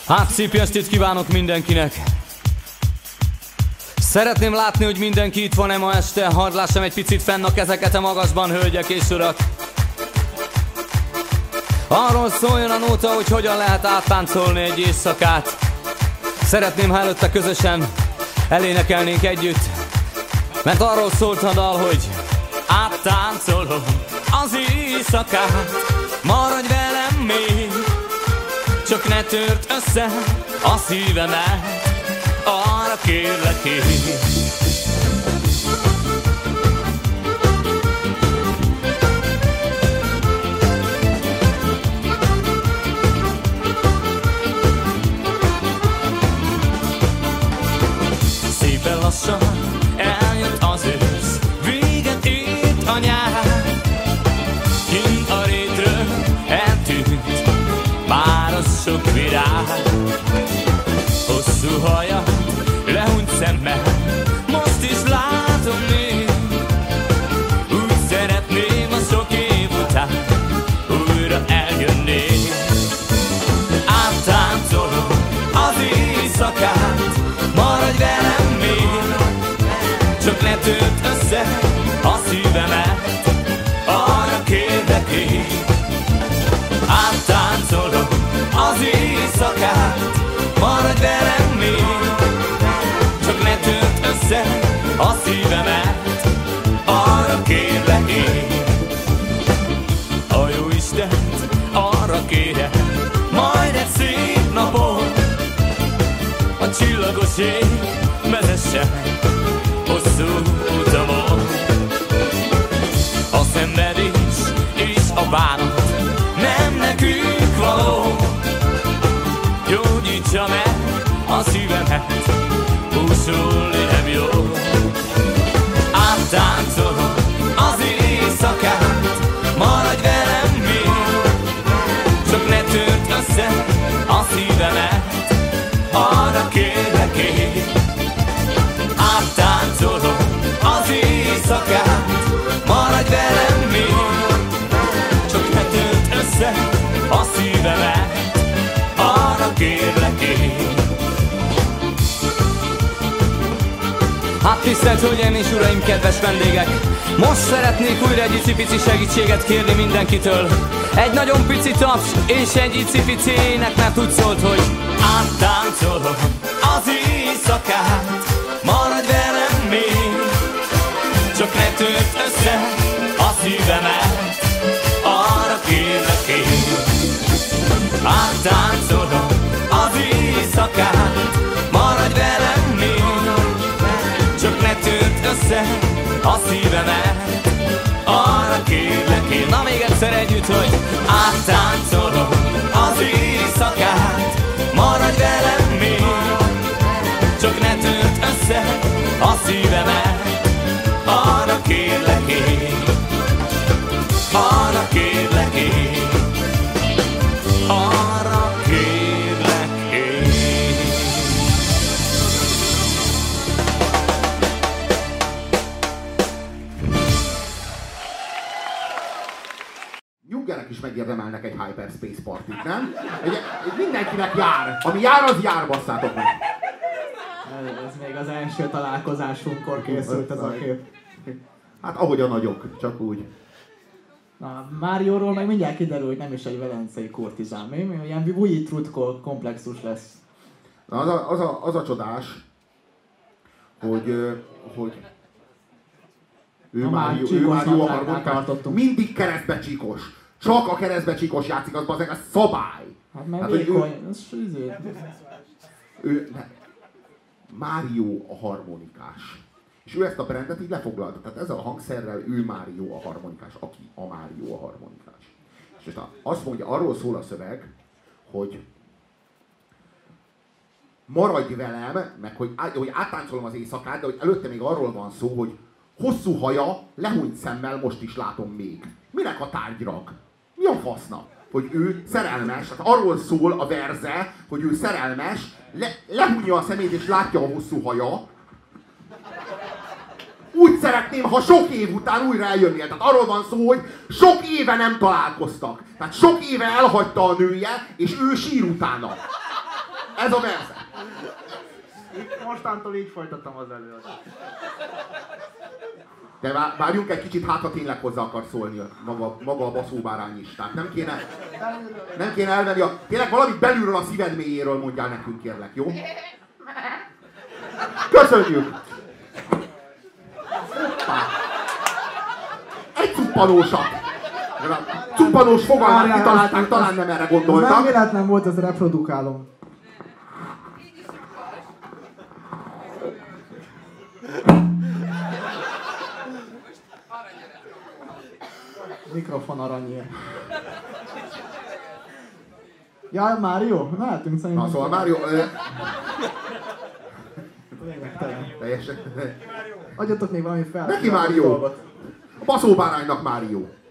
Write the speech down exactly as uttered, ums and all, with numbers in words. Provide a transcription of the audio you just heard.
Hát szép estét kívánok mindenkinek! Szeretném látni, hogy mindenki itt van-e ma este. Hadd lássam egy picit fenn a kezeket a magasban, hölgyek és urak. Arról szóljon a nóta, hogy hogyan lehet áttáncolni egy éjszakát. Szeretném, ha előtte közösen elénekelnénk együtt, mert arról szólt a dal, hogy áttáncolom az éjszakát, maradj velem még, csak ne tört össze a szívemet, arra kérlek én. Szépen lassan eljött az ősz, véget ért a nyár, kint a rétről eltűnt már az sok virág. Hosszú haja lehúnyt szemmel, most is látom még, úgy szeretném a sok év után újra eljönni. Áttáncolom az éjszakát, maradj velem még, csak ne tört össze a szívemet, arra kérlek én. Áttáncolom az éjszakát, maradj velem még, csak ne tört össze a szívemet, arra kérlek én. A Jóistent arra kérem, majd egy szép napon a csillagos ég vezessen hosszú utamon. A szenvedés és a bánat nem nekünk való, gyógyítsa meg a szívemet, búsulni nem jó. Áttáncolom az éjszakát, maradj velem még, csak ne tört össze a szívemet, arra kérlek én. Áttáncolom az éjszakát, maradj velem még, csak ne tört össze a szívemet, arra kérlek én. Hát tisztelt Hölgyeim és Uraim, kedves vendégek! Most szeretnék újra egy icipici segítséget kérni mindenkitől. Egy nagyon pici taps és egy icipici ének, mert úgy szólt, hogy áttáncolom az éjszakát, maradj velem még, csak ne tört össze a szívemet, arra kérlek én. Áttáncolom az éjszakát, maradj velem még, csak ne tört össze a szívemet, arra kérlek én. Na még egyszer együtt, hogy áttáncolom az éjszakát, maradj velem még, csak ne tört össze a szívemet, arra kérlek én, arra kérlek én, arra kérlek én. Nyuggerek is megérdemelnek egy Hyperspace partit, nem? Egy, egy mindenkinek jár. Ami jár, az jár, basszátok meg. Ez még az első találkozásunkkor készült ez a kép. Hát ahogy a nagyok, csak úgy. Na, Márióról meg mindjárt kiderül, hogy nem is egy velencei kurtizán, mi? Ilyen Vujitrut komplexus lesz. Na, az, a, az, a, az a csodás, hogy, hogy ő Na, már, már ő már jó a csíkos harmonikás, mindig keresztbe csíkos. Csak a keresztbe csíkos játszik, az bazeg, ez szabály. Hát meg hát, vékony, ő, ez izé. Ő, ne, Mário a harmonikás. És ő ezt a brandet így lefoglalta. Tehát ezzel a hangszerrel ő Mário a harmonikás, aki a Mário a harmonikás. És most azt mondja, arról szól a szöveg, hogy maradj velem, meg hogy, hogy áttáncolom az éjszakát, de hogy előtte még arról van szó, hogy hosszú haja, lehúnyt szemmel, most is látom még. Minek a tárgyrag? Mi a fasznak? Hogy ő szerelmes, tehát arról szól a verze, hogy ő szerelmes, le, lehúnyja a szemét és látja a hosszú haja. Úgy szeretném, ha sok év után újra eljönnél. Tehát arról van szó, hogy sok éve nem találkoztak. Tehát sok éve elhagyta a nője, és ő sír utána. Ez a verze. Mostantól így folytattam az előadást. De várjunk egy kicsit, hát ha tényleg hozzá akar szólni maga, maga a baszóbárány is. Tehát nem kéne, nem kéne elvenni a... Tényleg valamit belülről a szíved mélyéről mondjál nekünk, kérlek, jó? Köszönjük! Egy cuppanósat! Cuppanós fogalmát kitalálták, talán nem erre Nem gondoltak. véletlen volt, ezt reprodukálom. Mikrofon aranyér. Ja, Mário? Mehetünk szerintem. Na szóval Mário... Ö... Lényegtelen. Teljesen... Adjatok még valami fel. Neki Mário! A baszóbáránynak Mário!